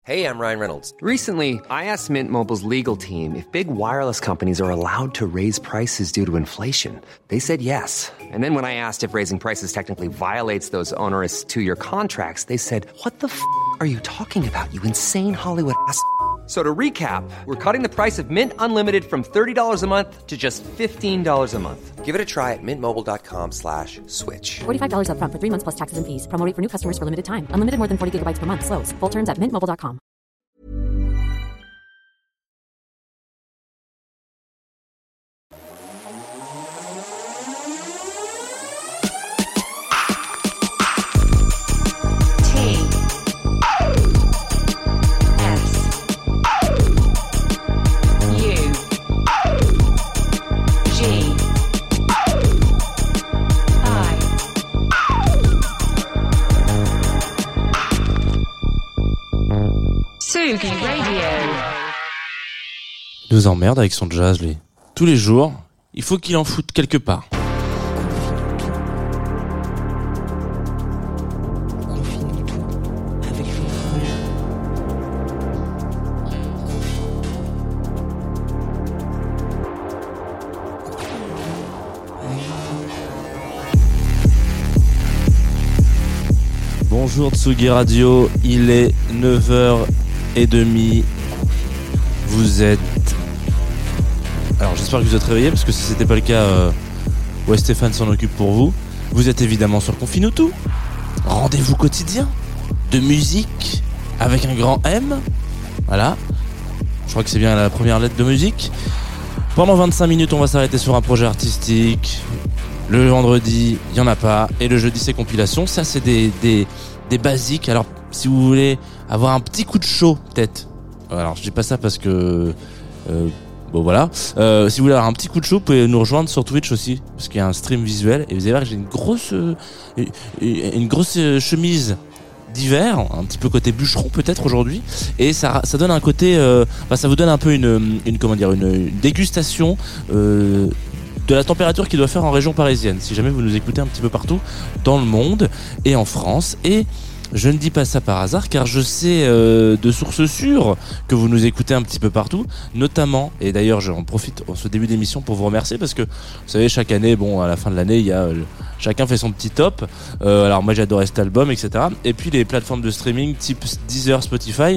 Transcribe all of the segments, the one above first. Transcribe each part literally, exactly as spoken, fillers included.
Hey, I'm Ryan Reynolds. Recently, I asked Mint Mobile's legal team if big wireless companies are allowed to raise prices due to inflation. They said yes. And then when I asked if raising prices technically violates those onerous two-year contracts, they said, what the f*** are you talking about, you insane Hollywood ass f- So to recap, we're cutting the price of Mint Unlimited from thirty dollars a month to just fifteen dollars a month. Give it a try at mintmobile.com slash switch. forty-five dollars up front for three months plus taxes and fees. Promo rate for new customers for limited time. Unlimited more than forty gigabytes per month. Slows full terms at mint mobile dot com. Il nous emmerde avec son jazz, lui. Tous les jours, il faut qu'il en foute quelque part. Bonjour Tsugi Radio, il est neuf heures trente. Vous êtes... Alors j'espère que vous êtes réveillés, parce que si c'était pas le cas, euh... ouais, Stéphane s'en occupe pour vous. Vous êtes évidemment sur Confinutu, rendez-vous quotidien de musique avec un grand M. Voilà, je crois que c'est bien la première lettre de musique. Pendant vingt-cinq minutes, on va s'arrêter sur un projet artistique. Le vendredi, il y en a pas, et le jeudi c'est compilation. Ça c'est des des des basiques. Alors si vous voulez avoir un petit coup de chaud, peut-être. Alors je dis pas ça parce que euh, bon voilà. Euh, si vous voulez avoir un petit coup de chaud, vous pouvez nous rejoindre sur Twitch aussi, parce qu'il y a un stream visuel et vous allez voir que j'ai une grosse euh, une grosse chemise d'hiver, un petit peu côté bûcheron peut-être aujourd'hui, et ça ça donne un côté, euh, bah, ça vous donne un peu une une comment dire une, une dégustation euh, de la température qu'il doit faire en région parisienne, si jamais vous nous écoutez un petit peu partout dans le monde et en France. Et je ne dis pas ça par hasard, car je sais euh, de sources sûres que vous nous écoutez un petit peu partout, notamment, et d'ailleurs j'en profite en ce début d'émission pour vous remercier, parce que vous savez, chaque année, bon, à la fin de l'année, il y a euh, chacun fait son petit top. Euh, alors moi j'adorais cet album, et cetera. Et puis les plateformes de streaming type Deezer, Spotify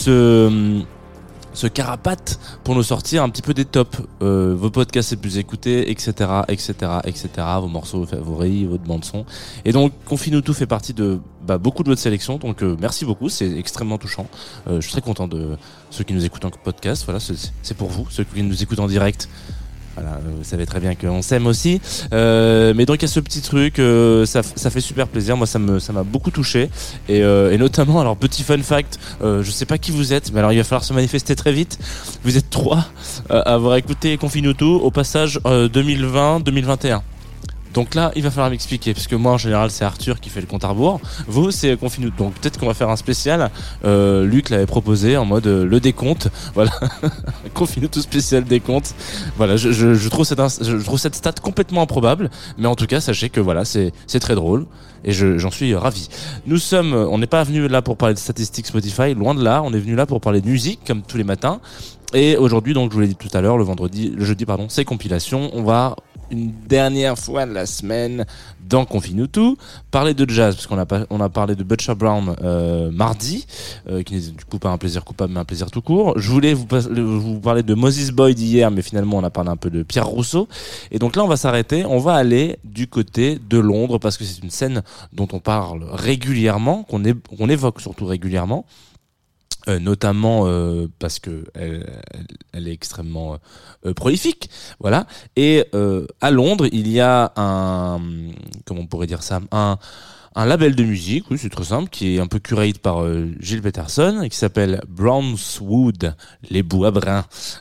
se se carapate pour nous sortir un petit peu des tops, euh, vos podcasts les plus écoutés, et cetera, et cetera, et cetera, vos morceaux favoris, votre bande son. Et donc Confinutu fait partie de bah, beaucoup de votre sélection, donc euh, merci beaucoup, c'est extrêmement touchant. Euh, je suis très content de ceux qui nous écoutent en podcast. Voilà, c'est, c'est pour vous, ceux qui nous écoutent en direct. Voilà, vous savez très bien qu'on s'aime aussi. Euh, mais donc il y a ce petit truc, euh, ça, ça fait super plaisir. Moi, ça me, ça m'a beaucoup touché. Et, euh, et notamment, alors petit fun fact, euh, je sais pas qui vous êtes, mais alors il va falloir se manifester très vite. Vous êtes trois euh, à avoir écouté Confinutu au passage euh, deux mille vingt deux mille vingt et un. Donc là, il va falloir m'expliquer, parce que moi, en général, c'est Arthur qui fait le compte à rebours. Vous, c'est Confinutu. Donc peut-être qu'on va faire un spécial. Euh, Luc l'avait proposé en mode euh, le décompte. Voilà, Confinutu spécial décompte. Voilà, je, je, je trouve cette, je trouve cette stat complètement improbable, mais en tout cas, sachez que voilà, c'est, c'est très drôle et je, j'en suis ravi. Nous sommes, on n'est pas venu là pour parler de statistiques Spotify, loin de là. On est venu là pour parler de musique, comme tous les matins. Et aujourd'hui, donc, je vous l'ai dit tout à l'heure, le vendredi, le jeudi, pardon, c'est compilation. On va une dernière fois de la semaine dans Confinutu parler de jazz, parce qu'on a pas, on a parlé de Butcher Brown euh, mardi, euh, qui n'est du coup pas un plaisir coupable mais un plaisir tout court. Je voulais vous, vous parler de Moses Boyd hier, mais finalement on a parlé un peu de Pierre Rousseau. Et donc là on va s'arrêter, on va aller du côté de Londres, parce que c'est une scène dont on parle régulièrement, qu'on, é- qu'on évoque surtout régulièrement. Euh, notamment euh, parce que elle, elle, elle est extrêmement euh, prolifique, voilà. Et euh, à Londres, il y a un, comment on pourrait dire ça, un un label de musique, oui, c'est très simple, qui est un peu curate par euh, Gilles Peterson et qui s'appelle Brownswood, les bois bruns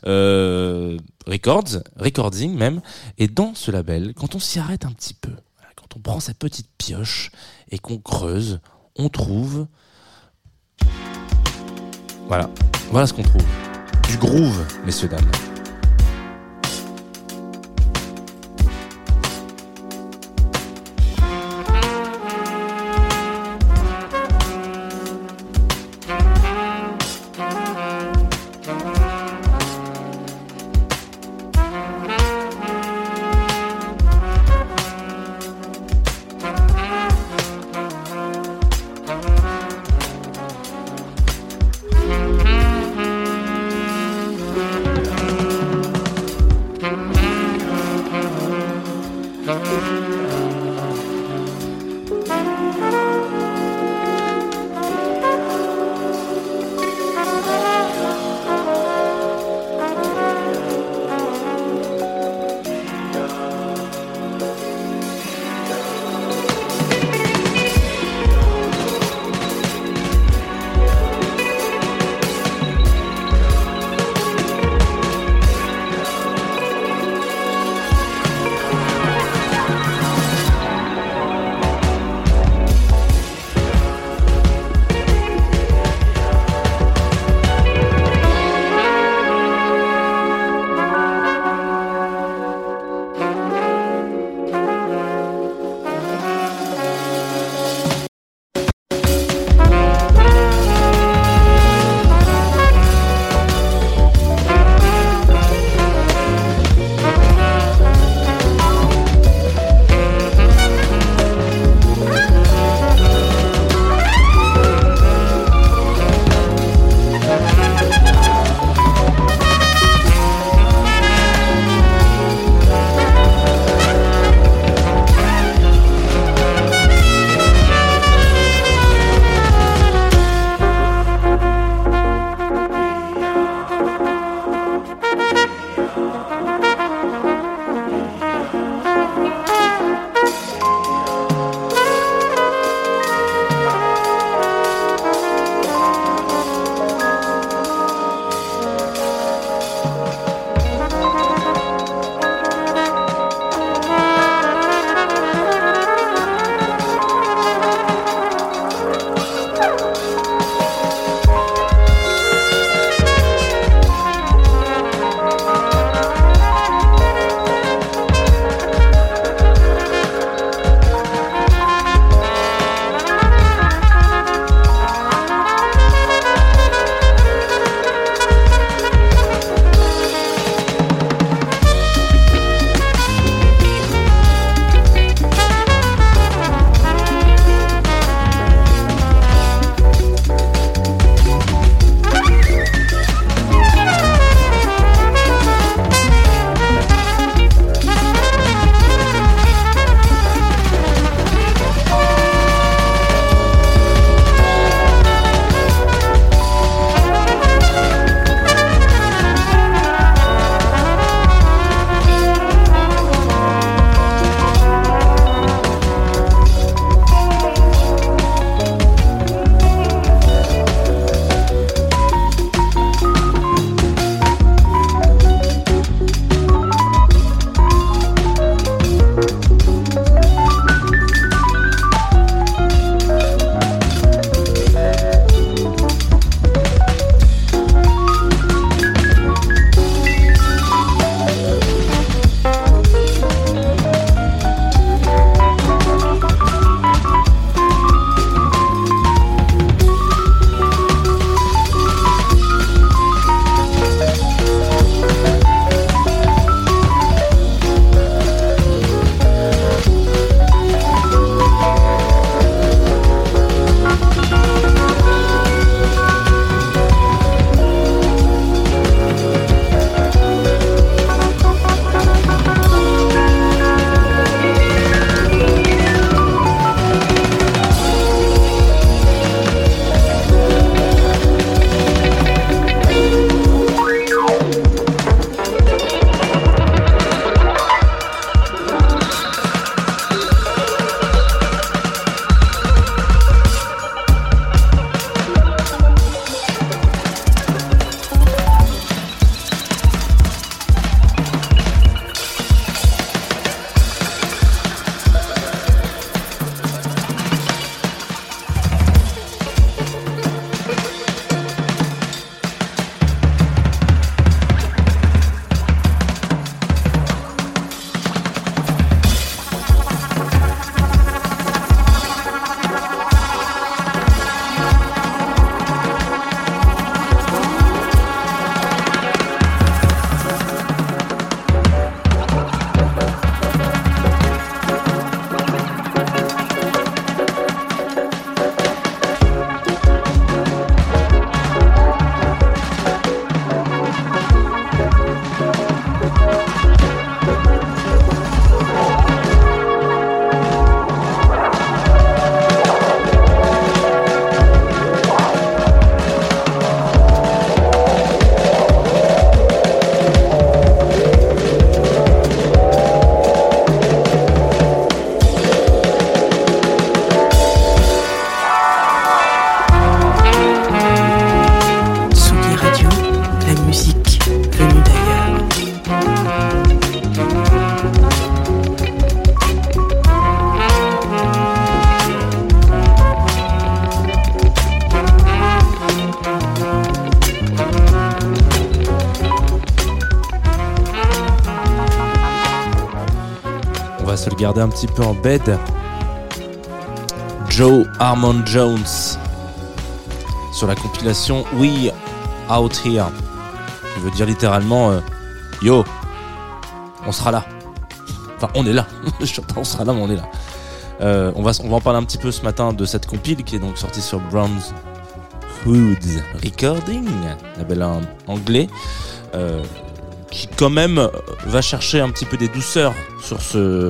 euh, Records, Recording même. Et dans ce label, quand on s'y arrête un petit peu, voilà, quand on prend sa petite pioche et qu'on creuse, on trouve Voilà, voilà ce qu'on trouve. Du groove, messieurs, dames. se le garder un petit peu en bed. Joe Harmon Jones sur la compilation We Out Here, qui veut dire littéralement euh, yo, on sera là. Enfin, on est là. Je sais pas, on sera là, mais on est là. Euh, on va on va en parler un petit peu ce matin de cette compile qui est donc sortie sur Browns Hood Recording, label anglais, euh, qui quand même va chercher un petit peu des douceurs sur ce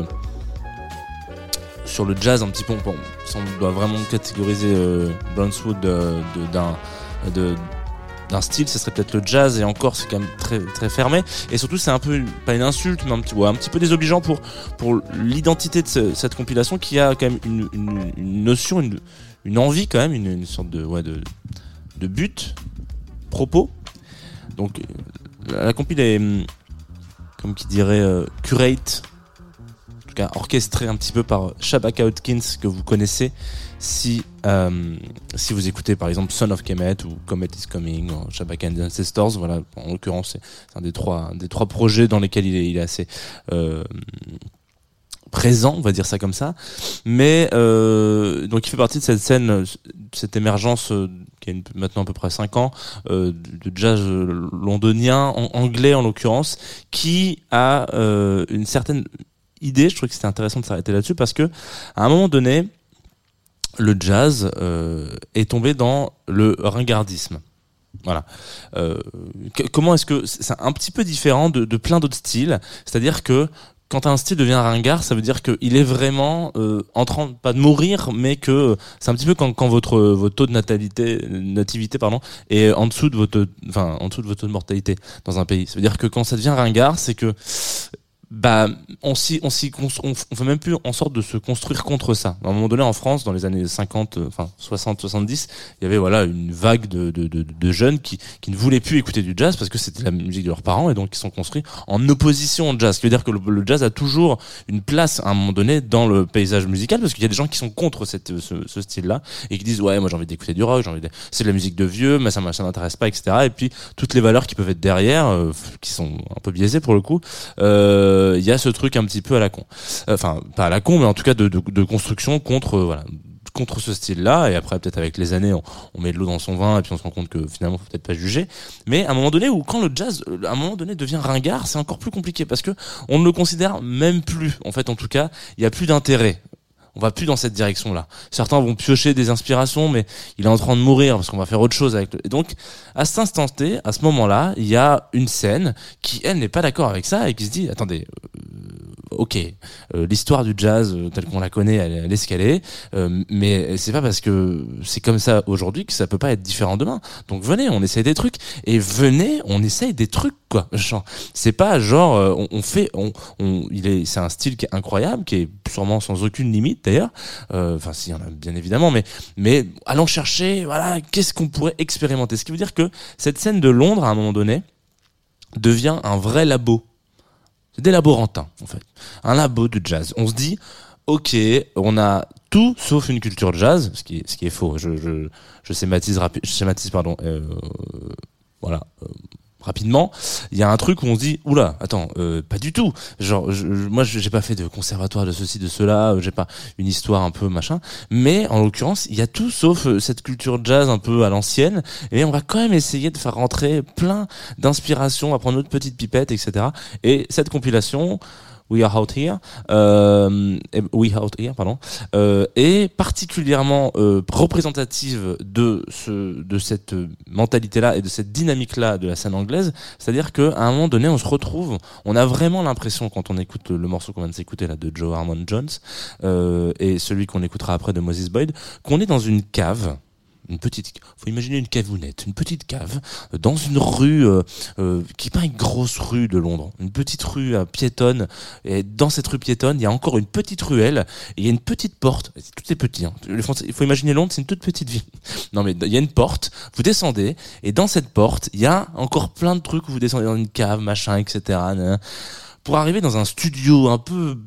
sur le jazz un petit peu. Bon, si on doit vraiment catégoriser euh, Brownswood euh, de, d'un de, d'un style, ce serait peut-être le jazz, et encore c'est quand même très très fermé, et surtout c'est un peu pas une insulte mais un petit ouais, un petit peu désobligeant pour pour l'identité de ce, cette compilation, qui a quand même une une, une notion, une une envie quand même, une, une sorte de ouais de de but, propos. Donc la, la compile est, comme qui dirait, euh, curate, en tout cas orchestrée un petit peu par Shabaka Hawkins, que vous connaissez si euh, si vous écoutez par exemple Son of Kemet ou Comet is Coming ou Shabaka and the Ancestors. Voilà, en l'occurrence c'est, c'est un des trois des trois projets dans lesquels il est il est assez euh, présent, on va dire ça comme ça. Mais euh, donc il fait partie de cette scène, cette émergence euh, qui a une, maintenant à peu près cinq ans, euh, de jazz londonien, en, anglais en l'occurrence, qui a euh, une certaine idée. Je trouve que c'était intéressant de s'arrêter là-dessus parce que à un moment donné, le jazz euh, est tombé dans le ringardisme. Voilà. Euh, que, comment est-ce que c'est un petit peu différent de, de plein d'autres styles, c'est-à-dire que quand un style devient ringard, ça veut dire qu'il est vraiment euh, en train, pas de mourir, mais que c'est un petit peu quand, quand votre votre taux de natalité, nativité pardon, est en dessous de votre, enfin en dessous de votre taux de mortalité dans un pays. Ça veut dire que quand ça devient ringard, c'est que bah on s'y on s'y on, on fait même plus en sorte de se construire contre ça. À un moment donné en France, dans les années cinquante, enfin soixante soixante-dix, il y avait voilà une vague de de de, de jeunes qui qui ne voulaient plus écouter du jazz parce que c'était la musique de leurs parents, et donc ils sont construits en opposition au jazz. Ce qui veut dire que le, le jazz a toujours une place à un moment donné dans le paysage musical, parce qu'il y a des gens qui sont contre cette ce, ce style-là et qui disent ouais, moi j'ai envie d'écouter du rock, j'ai envie de... c'est de la musique de vieux, mais ça ça m'intéresse pas, et cetera. Et puis toutes les valeurs qui peuvent être derrière, euh, qui sont un peu biaisées pour le coup. Euh, il y a ce truc un petit peu à la con, enfin pas à la con, mais en tout cas de, de, de construction contre, euh, voilà, contre ce style-là. Et après peut-être avec les années on, on met de l'eau dans son vin et puis on se rend compte que finalement faut peut-être pas juger. Mais à un moment donné, où quand le jazz à un moment donné devient ringard, c'est encore plus compliqué parce que on ne le considère même plus, en fait. En tout cas il y a plus d'intérêt. On va plus dans cette direction-là. Certains vont piocher des inspirations, mais il est en train de mourir parce qu'on va faire autre chose avec le... Et donc, à cet instant T, à ce moment-là, il y a une scène qui, elle, n'est pas d'accord avec ça et qui se dit, attendez, euh, ok, euh, l'histoire du jazz euh, telle qu'on la connaît, elle, elle est ce qu'elle est, euh, mais c'est pas parce que c'est comme ça aujourd'hui que ça peut pas être différent demain. Donc venez, on essaye des trucs, et venez, on essaye des trucs, quoi. Genre, c'est pas genre, euh, on, on fait, on, on, il est, c'est un style qui est incroyable, qui est sûrement sans aucune limite d'ailleurs. Enfin, euh, s'il y en a bien évidemment, mais mais allons chercher, voilà, qu'est-ce qu'on pourrait expérimenter. Ce qui veut dire que cette scène de Londres, à un moment donné, devient un vrai labo. C'est des laborantins, en fait. Un labo de jazz. On se dit, ok, on a tout sauf une culture jazz, ce qui est, ce qui est faux. Je, je, je schématise rapi- je schématise, pardon, euh, voilà, euh, rapidement. Il y a un truc où on se dit, oula, attends, euh, pas du tout. Genre, je, je, moi, j'ai pas fait de conservatoire de ceci, de cela, euh, j'ai pas une histoire un peu machin. Mais en l'occurrence, il y a tout sauf euh, cette culture jazz un peu à l'ancienne. Et on va quand même essayer de faire rentrer plein d'inspirations, à prendre notre petite pipette, et cetera. Et cette compilation, We Are Out Here, euh, We Out Here, pardon, euh, est particulièrement euh, représentative de ce, de cette mentalité-là et de cette dynamique-là de la scène anglaise. C'est-à-dire qu'à un moment donné, on se retrouve, on a vraiment l'impression, quand on écoute le morceau qu'on vient de s'écouter là de Joe Harmon Jones euh, et celui qu'on écoutera après de Moses Boyd, qu'on est dans une cave. Une petite, faut imaginer une cavounette, une petite cave dans une rue euh, euh, qui est pas une grosse rue de Londres, une petite rue euh, piétonne. Et dans cette rue piétonne, il y a encore une petite ruelle et il y a une petite porte. Tout est petit. Hein. Il faut imaginer Londres, c'est une toute petite ville. Non mais il y a une porte. Vous descendez et dans cette porte, il y a encore plein de trucs où vous descendez dans une cave, machin, et cetera. Pour arriver dans un studio un peu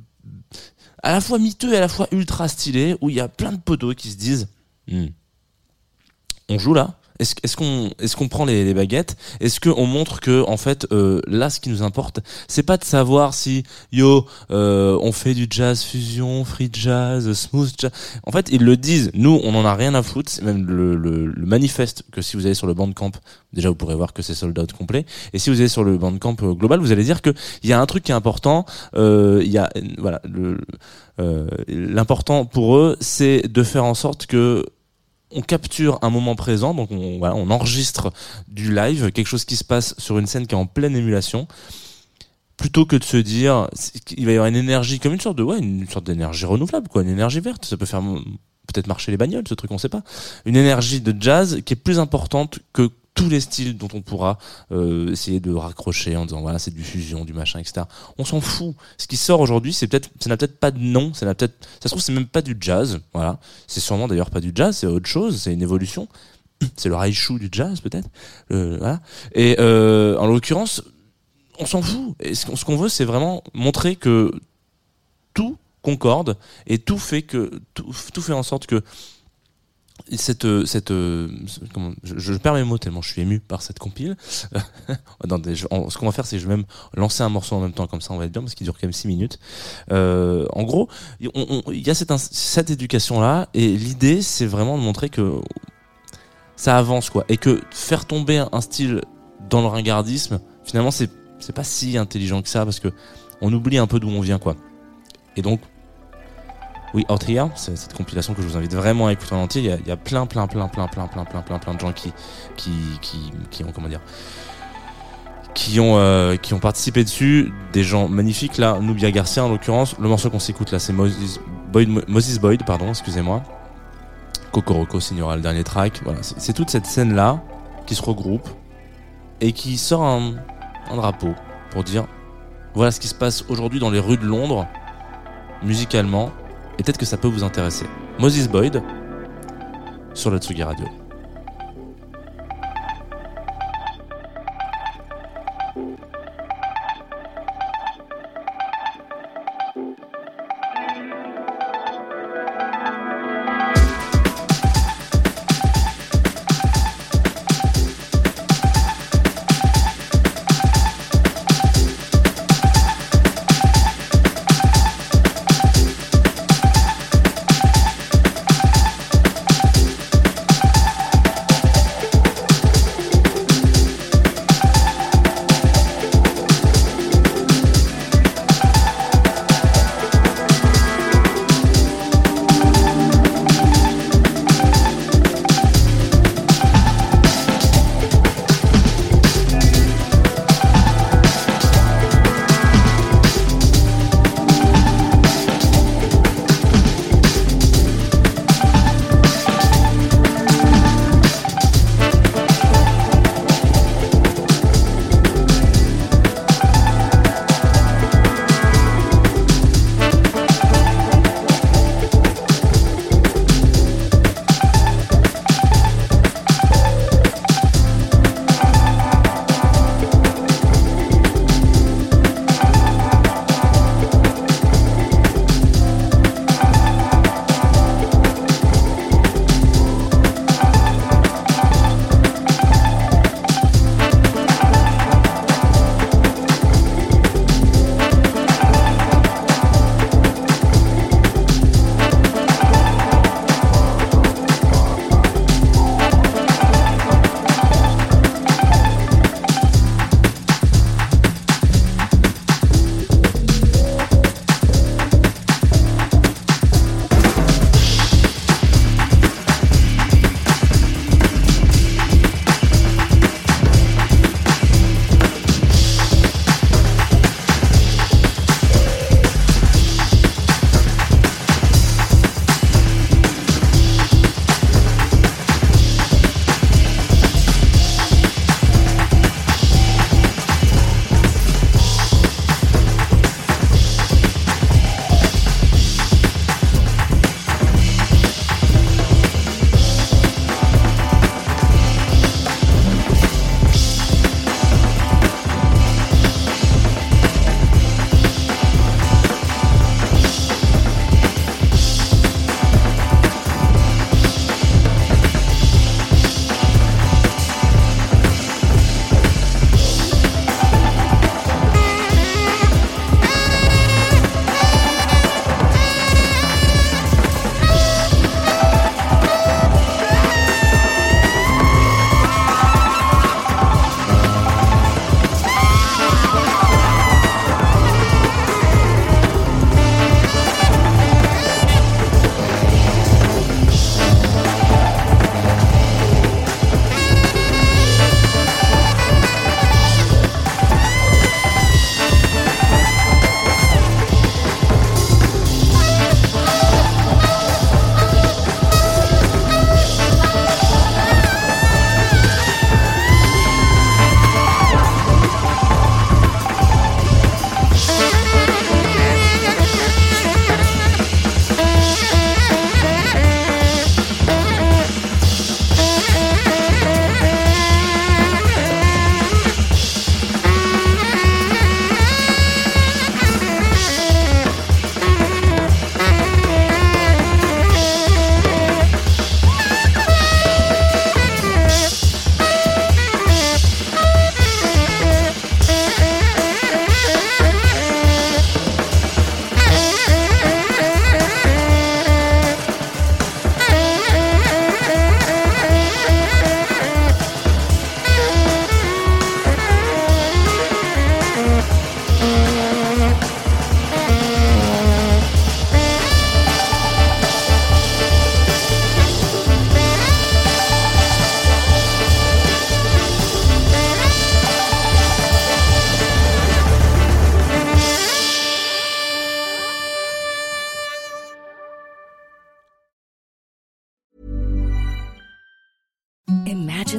à la fois miteux et à la fois ultra stylé, où il y a plein de poteaux qui se disent. Hmm. On joue là, Est-ce, est-ce qu'on, est-ce qu'on prend les, les baguettes? Est-ce qu'on montre que, en fait, euh, là, ce qui nous importe, c'est pas de savoir si, yo, euh, on fait du jazz fusion, free jazz, smooth jazz. En fait, ils le disent. Nous, on en a rien à foutre. C'est même le, le, le manifeste que si vous allez sur le Bandcamp, déjà, vous pourrez voir que c'est sold out complet. Et si vous allez sur le Bandcamp global, vous allez dire que il y a un truc qui est important. Euh, il y a, voilà, le, euh, l'important pour eux, c'est de faire en sorte que on capture un moment présent, donc on, voilà, on enregistre du live, quelque chose qui se passe sur une scène qui est en pleine émulation, plutôt que de se dire qu'il va y avoir une énergie comme une sorte de, ouais, une sorte d'énergie renouvelable, quoi, une énergie verte. Ça peut faire peut-être marcher les bagnoles, ce truc, on sait pas. Une énergie de jazz qui est plus importante que tous les styles dont on pourra euh, essayer de raccrocher en disant voilà, c'est du fusion, du machin, et cetera. On s'en fout. Ce qui sort aujourd'hui, c'est peut-être, ça n'a peut-être pas de nom, ça n'a peut-être, ça se trouve c'est même pas du jazz, voilà. C'est sûrement d'ailleurs pas du jazz, c'est autre chose, c'est une évolution. C'est le Raïchou du jazz peut-être. Euh, voilà. Et euh, en l'occurrence, on s'en fout. Et ce qu'on, ce qu'on veut, c'est vraiment montrer que tout concorde et tout fait que tout, tout fait en sorte que cette cette comment je, je perds mes mots tellement je suis ému par cette compile. Attendez, je, en, ce qu'on va faire, c'est que je vais même lancer un morceau en même temps, comme ça on va être bien parce qu'il dure quand même six minutes. Euh, en gros, il y a cette cette éducation là et l'idée c'est vraiment de montrer que ça avance, quoi, et que faire tomber un style dans le ringardisme, finalement c'est c'est pas si intelligent que ça parce que on oublie un peu d'où on vient, quoi. Et donc oui, Out Here, c'est cette compilation que je vous invite vraiment à écouter en entier. Il y a, il y a plein, plein, plein, plein, plein, plein, plein, plein, plein de gens qui, qui, qui, qui ont, comment dire, qui ont, euh, qui ont participé dessus. Des gens magnifiques. Là, Nubia Garcia, en l'occurrence. Le morceau qu'on s'écoute là, c'est Moses Boyd, Moses Boyd, pardon, excusez-moi. Kokoroko signera le dernier track. Voilà, c'est, c'est toute cette scène là qui se regroupe et qui sort un, un drapeau pour dire voilà ce qui se passe aujourd'hui dans les rues de Londres, musicalement. Et peut-être que ça peut vous intéresser. Moses Boyd sur la Tsugi Radio.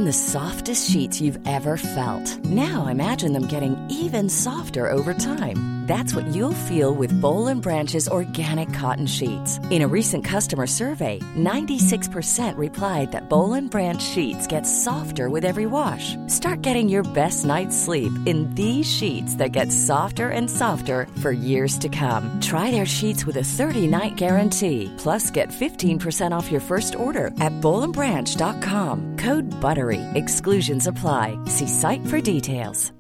the softest sheets you've ever felt. Now imagine them getting even softer over time. That's what you'll feel with Boll and Branch's organic cotton sheets. In a recent customer survey, ninety-six percent replied that Boll and Branch sheets get softer with every wash. Start getting your best night's sleep in these sheets that get softer and softer for years to come. Try their sheets with a thirty-night guarantee. Plus, get fifteen percent off your first order at boll and branch dot com. Code BUTTERY. Exclusions apply. See site for details.